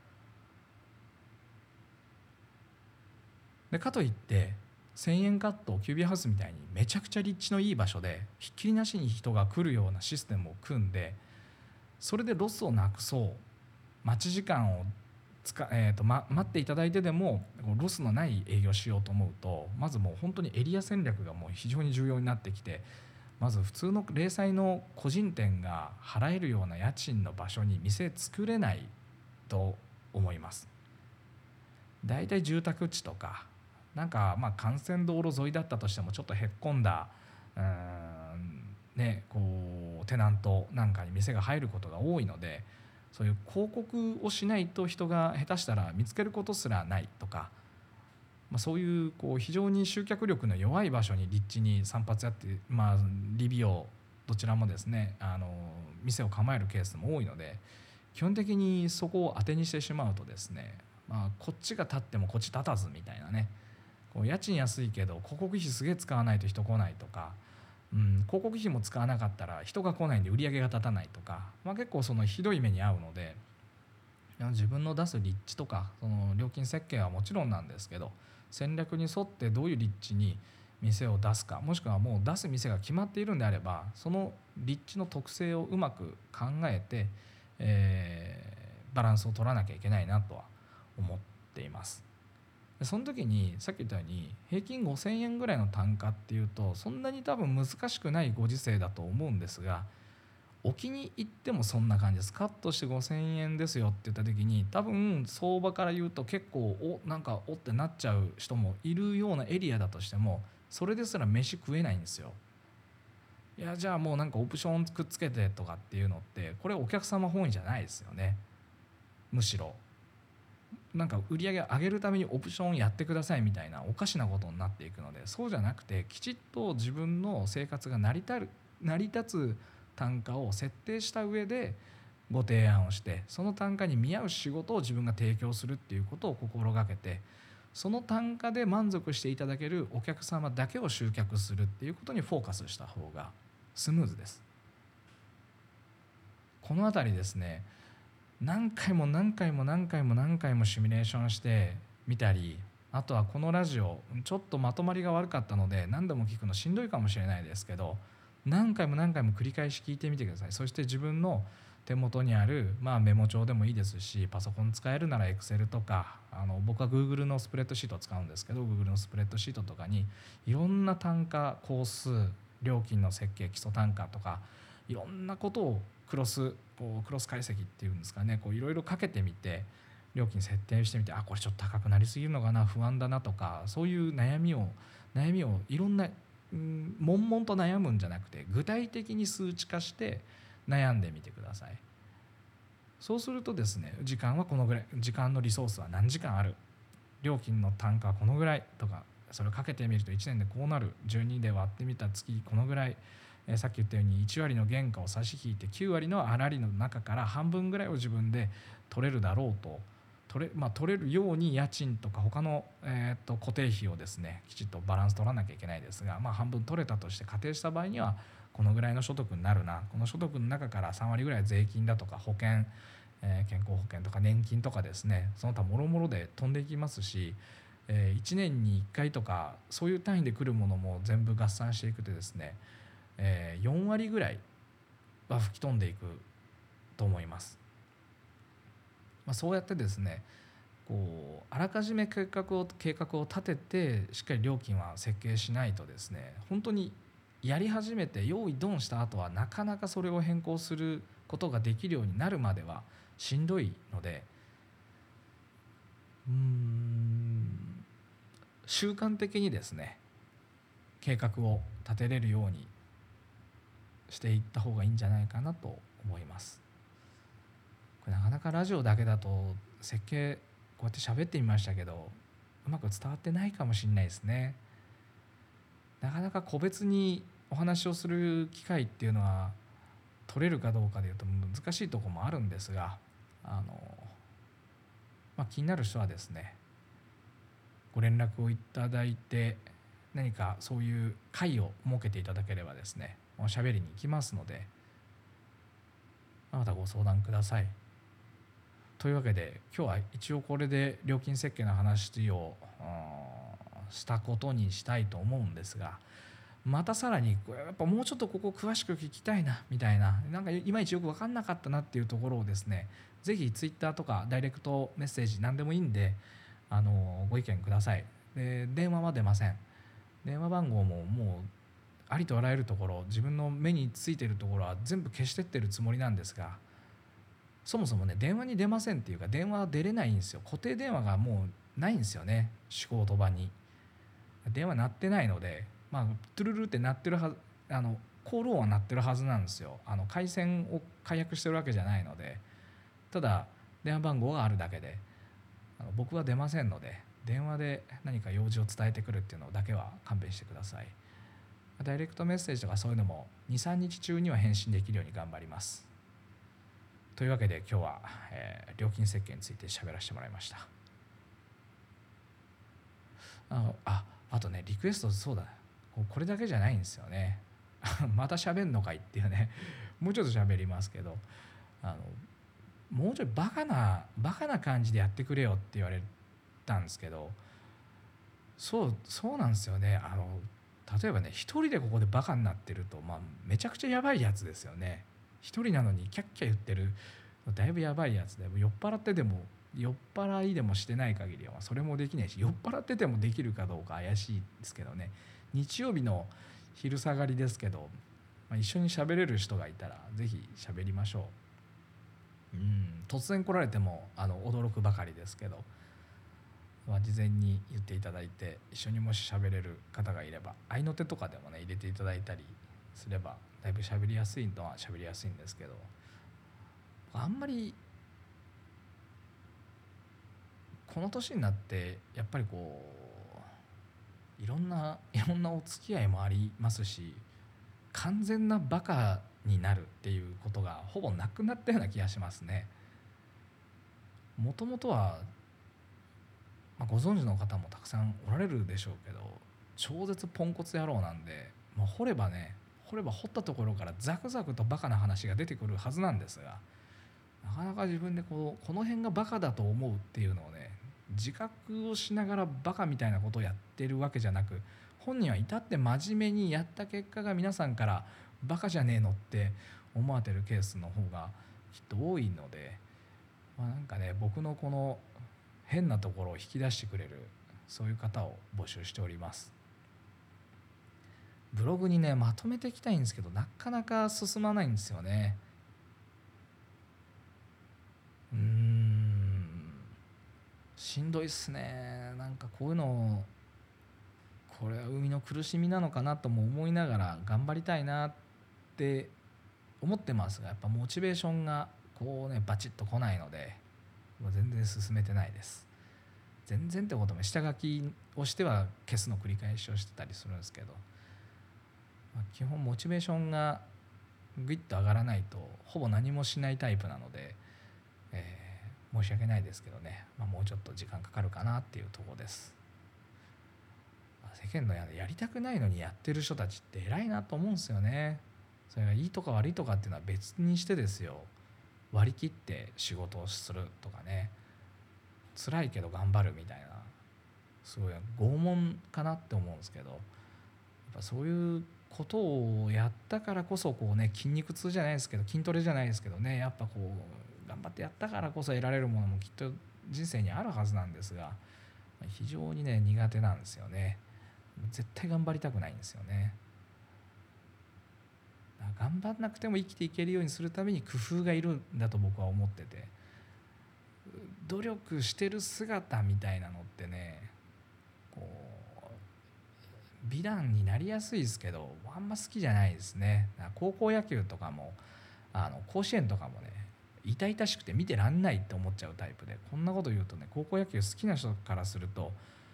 でかといってせんえんカットキュービーハウスみたいにめちゃくちゃ立地のいい場所でひっきりなしに人が来るようなシステムを組んで、それでロスをなくそう、待ち時間をつか、えーとま、待っていただいてでもロスのない営業しようと思うと、まずもう本当にエリア戦略がもう非常に重要になってきて、まず普通の零細の個人店が払えるような家賃の場所に店作れないと思います。だいたい住宅地とかなんかまあ幹線道路沿いだったとしてもちょっとへっこんだうーん、ね、こうテナントなんかに店が入ることが多いので、そういう広告をしないと人が下手したら見つけることすらないとか、まあ、そういうこう非常に集客力の弱い場所に立地に散髪やって、まあ、理美容どちらもですねあの店を構えるケースも多いので、基本的にそこを当てにしてしまうとですね、まあ、こっちが立ってもこっち立たずみたいなね、こう家賃安いけど広告費すげえ使わないと人来ないとか、うん、広告費も使わなかったら人が来ないんで売り上げが立たないとか、まあ、結構そのひどい目に遭うので、自分の出す立地とかその料金設計はもちろんなんですけど、戦略に沿ってどういう立地に店を出すか、もしくはもう出す店が決まっているんであればその立地の特性をうまく考えて、えー、バランスを取らなきゃいけないなとは思っています。その時にさっき言ったように平均ごせんえんぐらいの単価っていうとそんなに多分難しくないご時世だと思うんですが、 置きに行ってもそんな感じです。カットしてごせんえんですよって言った時に、多分相場から言うと結構おなんかおってなっちゃう人もいるようなエリアだとしても、それですら飯食えないんですよ。いやじゃあもうなんかオプションくっつけてとかっていうのって、これお客様本位じゃないですよね。むしろなんか売り上げ上げるためにオプションやってくださいみたいなおかしなことになっていくので、そうじゃなくてきちっと自分の生活が成り立る成り立つ単価を設定した上でご提案をして、その単価に見合う仕事を自分が提供するっていうことを心がけて、その単価で満足していただけるお客様だけを集客するっていうことにフォーカスした方がスムーズです。このあたりですね、何回も何回も何回も何回もシミュレーションしてみたり、あとはこのラジオちょっとまとまりが悪かったので何度も聞くのしんどいかもしれないですけど、何回も何回も繰り返し聞いてみてください。そして自分の手元にある、まあ、メモ帳でもいいですし、パソコン使えるなら Excel とか、あの僕は Google のスプレッドシートを使うんですけど、 Google のスプレッドシートとかにいろんな単価、工数、料金の設計、基礎単価とかいろんなことをクロスこうクロス解析っていうんですかね、こういろいろかけてみて料金設定してみて、あこれちょっと高くなりすぎるのかな、不安だなとか、そういう悩みを悩みをいろんな、うん、悶々と悩むんじゃなくて具体的に数値化して悩んでみてください。そうするとですね、時間はこのぐらい、時間のリソースは何時間ある、料金の単価はこのぐらいとか、それをかけてみるといちねんでこうなる、じゅうにで割ってみた月このぐらい、えー、さっき言ったようにいち割の原価を差し引いてきゅう割の粗利の中から半分ぐらいを自分で取れるだろうと、取れ、まあ、取れるように家賃とか他の、えー、と固定費をですねきちっとバランス取らなきゃいけないですが、まあ、半分取れたとして仮定した場合にはこのぐらいの所得になるな、この所得の中からさん割ぐらい税金だとか保険、えー、健康保険とか年金とかですね、その他もろもろで飛んでいきますし、えー、いちねんにいっかいとかそういう単位で来るものも全部合算していくとですね、えー、よん割ぐらいは吹き飛んでいくと思います。まあ、そうやってですね、こうあらかじめ計画を計画を立ててしっかり料金は設計しないとですね、本当にやり始めて用意ドンした後はなかなかそれを変更することができるようになるまではしんどいので、うーん習慣的にですね計画を立てれるようにしていった方がいいんじゃないかなと思います。これなかなかラジオだけだと設計こうやって喋ってみましたけどうまく伝わってないかもしれないですね。なかなか個別にお話をする機会っていうのは取れるかどうかでいうと難しいところもあるんですが、あの、まあ、気になる人はですねご連絡をいただいて、何かそういう会を設けていただければですねおしゃべりに行きますので、またご相談ください。というわけで今日は一応これで料金設計の話をしたことにしたいと思うんですが、またさらにやっぱもうちょっとここ詳しく聞きたいなみたいな、なんかいまいちよく分かんなかったなっていうところをですね、ぜひツイッターとかダイレクトメッセージ何でもいいんで、あのご意見ください。で電話は出ません。電話番号ももうありとあらゆるところ、自分の目についているところは全部消してってるつもりなんですが、そもそもね電話に出ませんっていうか電話は出れないんですよ。固定電話がもうないんですよね、仕事場に。電話鳴ってないので、まあトゥルルって鳴ってるはず、あのコール音は鳴ってるはずなんですよ。あの回線を解約してるわけじゃないので、ただ電話番号があるだけで、あの僕は出ませんので、電話で何か用事を伝えてくるっていうのだけは勘弁してください。ダイレクトメッセージとかそういうのも にさんにち中には返信できるように頑張ります。というわけで今日は、えー、料金設計について喋らせてもらいました。あああとねリクエスト、そうだこれだけじゃないんですよねまた喋んのかいっていうね、もうちょっと喋りますけど、あのもうちょいバカなバカな感じでやってくれよって言われたんですけど、そうそうなんですよね。あの例えばね一人でここでバカになってると、まあ、めちゃくちゃやばいやつですよね。一人なのにキャッキャ言ってるだいぶやばいやつで、酔っ払ってでも酔っ払いでもしてない限りはそれもできないし、酔っ払っててもできるかどうか怪しいですけどね。日曜日の昼下がりですけど、 まあ、一緒に喋れる人がいたらぜひ喋りましょう。うん、突然来られてもあの驚くばかりですけど、まあ、事前に言っていただいて一緒にもし喋れる方がいれば合いの手とかでもね入れていただいたりすればだいぶ喋りやすいのは喋りやすいんですけど、あんまりこの年になってやっぱりこういろんないろんなお付き合いもありますし、完全なバカになるっていうことがほぼなくなったような気がしますね。もともとは、まあ、ご存知の方もたくさんおられるでしょうけど、超絶ポンコツ野郎なんで、まあ、掘ればね掘れば掘ったところからザクザクとバカな話が出てくるはずなんですが、なかなか自分でこうこの辺がバカだと思うっていうのをね自覚をしながらバカみたいなことをやってるわけじゃなく、本人は至って真面目にやった結果が皆さんからバカじゃねえのって思われてるケースの方がきっと多いので、まあ、なんかね僕のこの変なところを引き出してくれるそういう方を募集しております。ブログにねまとめていきたいんですけどなかなか進まないんですよね。うーんしんどいっすね。なんかこういうのこれは生みの苦しみなのかなとも思いながら頑張りたいなって思ってますが、やっぱモチベーションがこうねバチッと来ないのでもう全然進めてないです。全然ってことも下書きをしては消すの繰り返しをしてたりするんですけど、まあ、基本モチベーションがグイッと上がらないとほぼ何もしないタイプなので、えー、申し訳ないですけどね、まあ、もうちょっと時間かかるかなっていうところです。世間の や, やりたくないのにやってる人たちって偉いなと思うんですよね。それがいいとか悪いとかっていうのは別にしてですよ、割り切って仕事をするとかね、辛いけど頑張るみたいなすごい拷問かなって思うんですけど、やっぱそういうことをやったからこそこうね筋肉痛じゃないですけど筋トレじゃないですけどね、やっぱこう頑張ってやったからこそ得られるものもきっと人生にあるはずなんですが、非常にね苦手なんですよね。絶対頑張りたくないんですよね。頑張んなくても生きていけるようにするために工夫がいるんだと僕は思ってて、努力してる姿みたいなのってねこう美談になりやすいですけどあんま好きじゃないですね。高校野球とかもあの甲子園とかもね痛々しくて見てらんないって思っちゃうタイプで、こんなこと言うとね高校野球好きな人からすると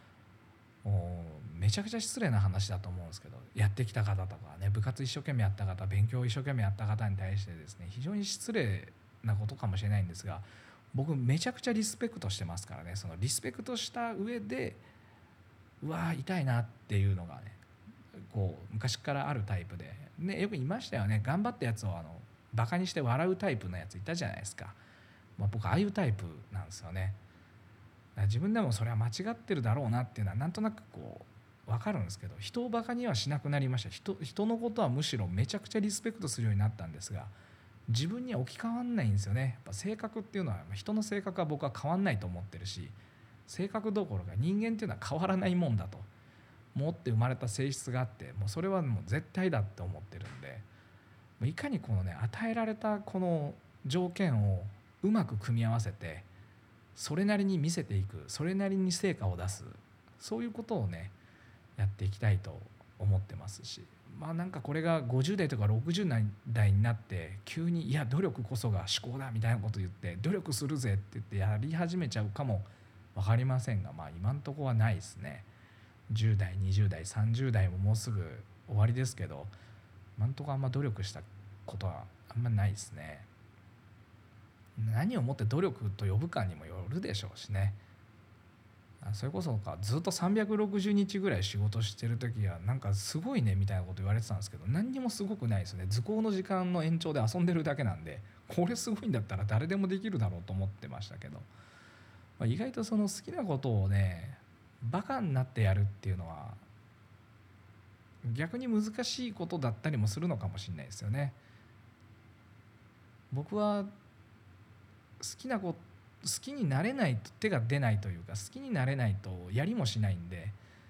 めちゃくちゃ失礼な話だと思うんですけど、やってきた方とかね部活一生懸命やった方勉強一生懸命やった方に対してですね非常に失礼なことかもしれないんですが、僕めちゃくちゃリスペクトしてますからね。そのリスペクトした上でうわ痛いなっていうのがねこう昔からあるタイプで、ね、よく言いましたよね。頑張ったやつをあのバカにして笑うタイプのやついたじゃないですか。まあ、僕ああいうタイプなんですよね。自分でもそれは間違ってるだろうなっていうのはなんとなくこう分かるんですけど、人をバカにはしなくなりました。 人, 人のことはむしろめちゃくちゃリスペクトするようになったんですが、自分には置き換わんないんですよね。やっぱ性格っていうのは人の性格は僕は変わんないと思ってるし、性格どころか人間っていうのは変わらないもんだと持って生まれた性質があって、もうそれはもう絶対だって思ってるんで、いかにこのね与えられたこの条件をうまく組み合わせてそれなりに見せていく、それなりに成果を出す、そういうことをねやっていきたいと思ってますし、まあなんかこれがごじゅう代とかろくじゅう代になって急にいや努力こそが思考だみたいなこと言って努力するぜって言ってやり始めちゃうかも分かりませんが、まあ今んとこはないですね。じゅう代にじゅう代さんじゅう代ももうすぐ終わりですけど、今んとこあんま努力したことはあんまないですね。何をもって努力と呼ぶかにもよるでしょうしね。それこそかずっとさんびゃくろくじゅうにちぐらい仕事してる時はなんかすごいねみたいなこと言われてたんですけど、何にもすごくないですね。図工の時間の延長で遊んでるだけなんで、これすごいんだったら誰でもできるだろうと思ってましたけど、まあ、意外とその好きなことをねバカになってやるっていうのは逆に難しいことだったりもするのかもしれないですよね。僕は好きなこと好きになれないと手が出ないというか、好きになれないとやりもしないんで、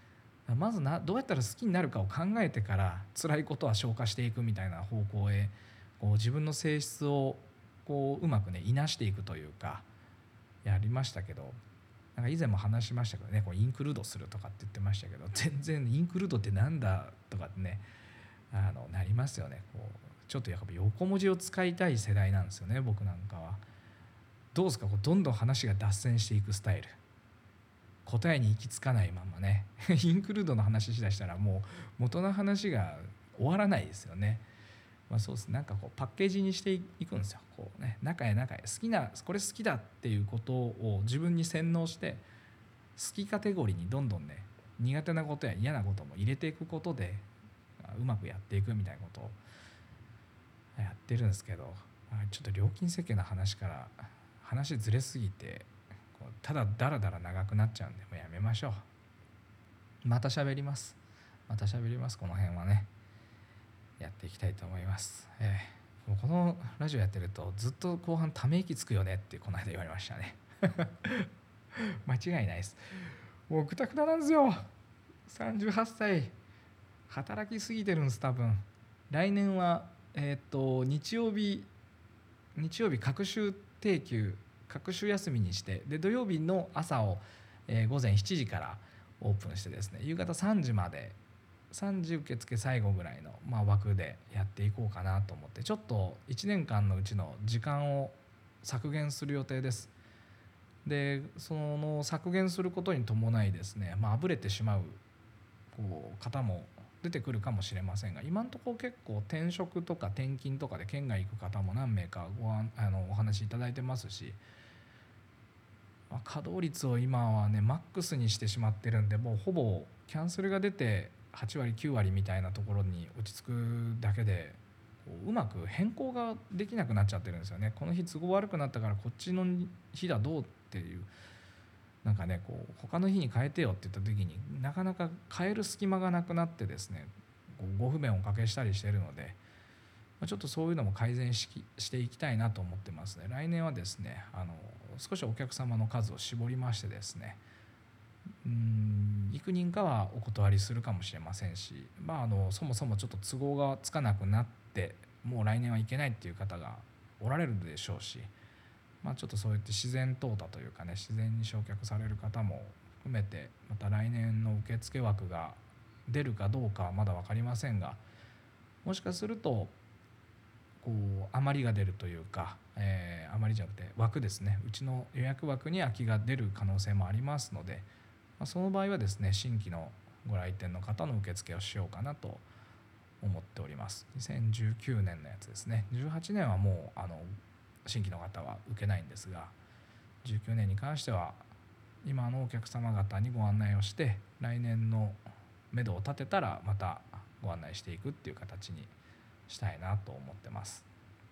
まずなどうやったら好きになるかを考えてから辛いことは消化していくみたいな方向へこう自分の性質をこううまくねいなしていくというかやりましたけど、なんか以前も話しましたけどね、こうインクルードするとかって言ってましたけど、全然インクルードってなんだとかってねあのなりますよね。こうちょっとやっぱ横文字を使いたい世代なんですよね、僕なんかは。どうですか、こうどんどん話が脱線していくスタイル、答えに行き着かないままねインクルードの話しだしたらもう元の話が終わらないですよね。まあ、そうです。なんかこうパッケージにしていくんですよ。こうね、中へ中へ好きなこれ好きだっていうことを自分に洗脳して好きカテゴリーにどんどんね苦手なことや嫌なことも入れていくことでうまくやっていくみたいなことをやってるんですけど、ちょっと料金設計の話から話ずれすぎてこうただだらだら長くなっちゃうんでもうやめましょう。また喋りますまた喋りますこの辺はねやっていきたいと思います。えー、このラジオやってるとずっと後半ため息つくよねってこの間言われましたね間違いないです。もうクタクタなんですよ。さんじゅうはっさい働きすぎてるんです多分。来年はえっ、ー、と日曜日日曜日隔週定休隔週休みにして、で土曜日の朝を、えー、午前しちじからオープンしてですね、夕方さんじまでさんじ受付最後ぐらいの、まあ、枠でやっていこうかなと思って、ちょっといちねんかんのうちの時間を削減する予定です。でその削減することに伴いですね、まあ、あぶれてしまうこう方も出てくるかもしれませんが、今のところ結構転職とか転勤とかで県外行く方も何名かごああのお話しいただいてますし、まあ、稼働率を今はねマックスにしてしまってるんで、もうほぼキャンセルが出てはちわりきゅうわりみたいなところに落ち着くだけでうまく変更ができなくなっちゃってるんですよね。この日都合悪くなったからこっちの日だどうっていう、なんかねこう他の日に変えてよって言った時になかなか変える隙間がなくなってですね、ご不便をおかけしたりしているので、ちょっとそういうのも改善ししていきたいなと思ってますね。来年はですねあの少しお客様の数を絞りましてですね、うーん幾人かはお断りするかもしれませんし、まあ、あのそもそもちょっと都合がつかなくなってもう来年はいけないっていう方がおられるでしょうし、まあ、ちょっとそうやって自然淘汰というかね、自然に焼却される方も含めてまた来年の受付枠が出るかどうかはまだ分かりませんが、もしかするとこう余りが出るというか、えー、余りじゃなくて枠ですね、うちの予約枠に空きが出る可能性もありますので、まあ、その場合はですね新規のご来店の方の受付をしようかなと思っております。にせんじゅうきゅうねんのやつですね。じゅうはちねんはもうあの新規の方は受けないんですが、じゅうきゅうねんに関しては今のお客様方にご案内をして、来年の目処を立てたらまたご案内していくっていう形にしたいなと思ってます。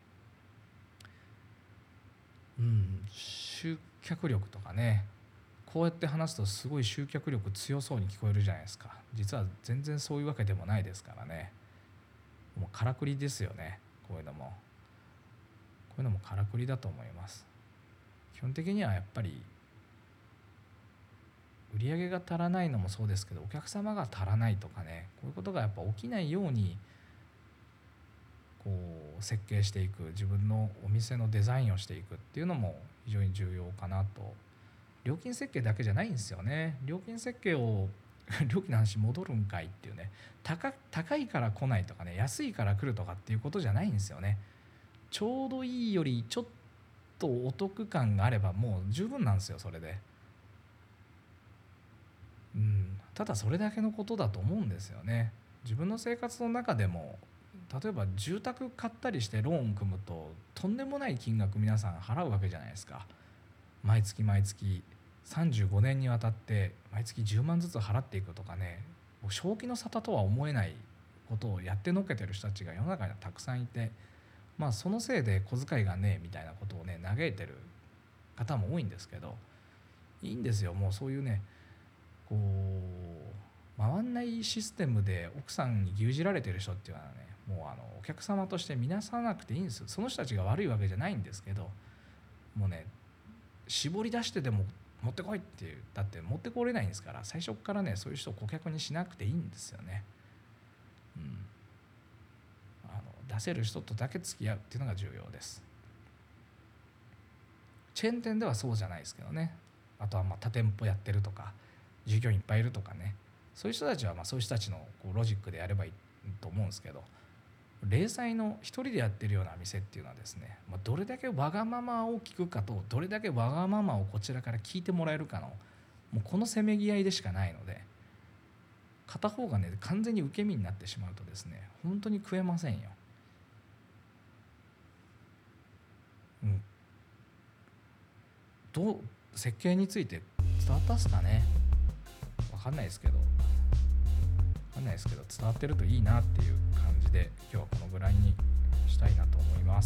うん、集客力とかね、こうやって話すとすごい集客力強そうに聞こえるじゃないですか。実は全然そういうわけでもないですからね。もうからくりですよね。こういうのもこういうのもからくりだと思います。基本的にはやっぱり売り上げが足らないのもそうですけど、お客様が足らないとかね、こういうことがやっぱ起きないようにこう設計していく、自分のお店のデザインをしていくっていうのも非常に重要かなと。料金設計だけじゃないんですよね。料金設計を料金の話戻るんかいっていうね、 高, 高いから来ないとかね、安いから来るとかっていうことじゃないんですよね。ちょうどいいよりちょっとお得感があればもう十分なんですよ、それで。うん、ただそれだけのことだと思うんですよね。自分の生活の中でも例えば住宅買ったりしてローン組むととんでもない金額皆さん払うわけじゃないですか。毎月毎月さんじゅうごねんにわたって毎月じゅうまんずつ払っていくとかね、正気の沙汰とは思えないことをやってのけてる人たちが世の中にはたくさんいて、まあそのせいで小遣いがねえみたいなことをね嘆いてる方も多いんですけど、いいんですよ。もうそういうねこう回んないシステムで奥さんに牛耳られてる人っていうのはね、もうあのお客様として見なさなくていいんですよ。その人たちが悪いわけじゃないんですけど、もうね絞り出してでも持ってこいっていう、だって持ってこれないんですから、最初からねそういう人を顧客にしなくていいんですよね。うん、あの出せる人とだけ付き合うっていうのが重要です。チェーン店ではそうじゃないですけどね。あとはまあ多店舗やってるとか従業員いっぱいいるとかね、そういう人たちはまあそういう人たちのこうロジックでやればいいと思うんですけど、零細の一人でやってるような店っていうのはですね、まあ、どれだけわがままを聞くかとどれだけわがままをこちらから聞いてもらえるかのもうこのせめぎ合いでしかないので、片方がね完全に受け身になってしまうとですね本当に食えませんよ。うん、どう設計について伝わったっすかね。わかんないですけどわかんないですけど伝わってるといいなっていう感じで今日はこのぐらいにしたいなと思います。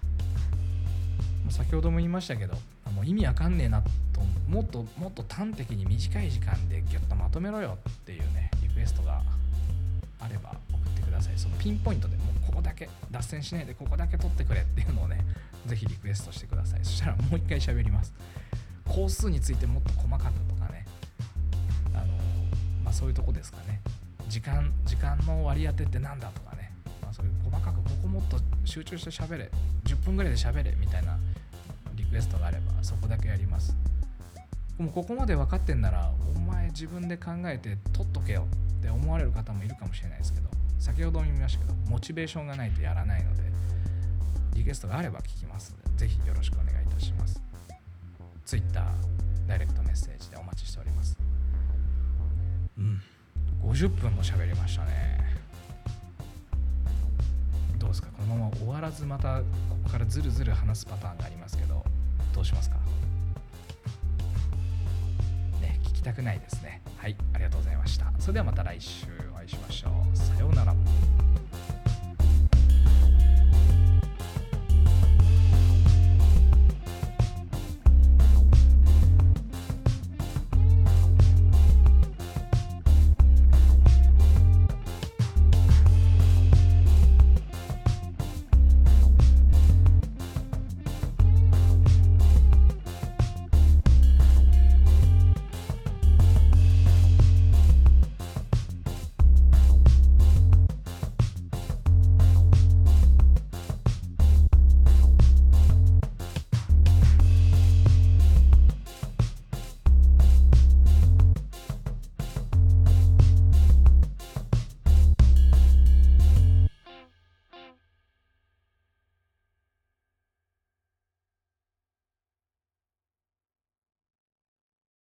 先ほども言いましたけどもう意味わかんねえなと、もっともっと端的に短い時間でギュッとまとめろよっていうねリクエストがあれば送ってください。そのピンポイントでもうここだけ脱線しないでここだけ取ってくれっていうのをねぜひリクエストしてください。そしたらもう一回喋ります。工数についてもっと細かくとかね、あのまあそういうとこですかね。時間時間の割り当てってなんだとかね、まあ、そういう細かくここもっと集中して喋れ、じゅっぷんぐらいで喋れみたいなリクエストがあればそこだけやります。もうここまで分かってんならお前自分で考えて取っとけよって思われる方もいるかもしれないですけど、先ほども言いましたけどモチベーションがないとやらないので、リクエストがあれば聞きますのでぜひよろしくお願いいたします。 Twitter ダイレクトメッセージでお待ちしております。うんごじゅっぷんも喋りましたね。どうですか、このまま終わらずまたここからずるずる話すパターンがありますけどどうしますかね。聞きたくないですね。はい、ありがとうございました。それではまた来週お会いしましょう。さようなら。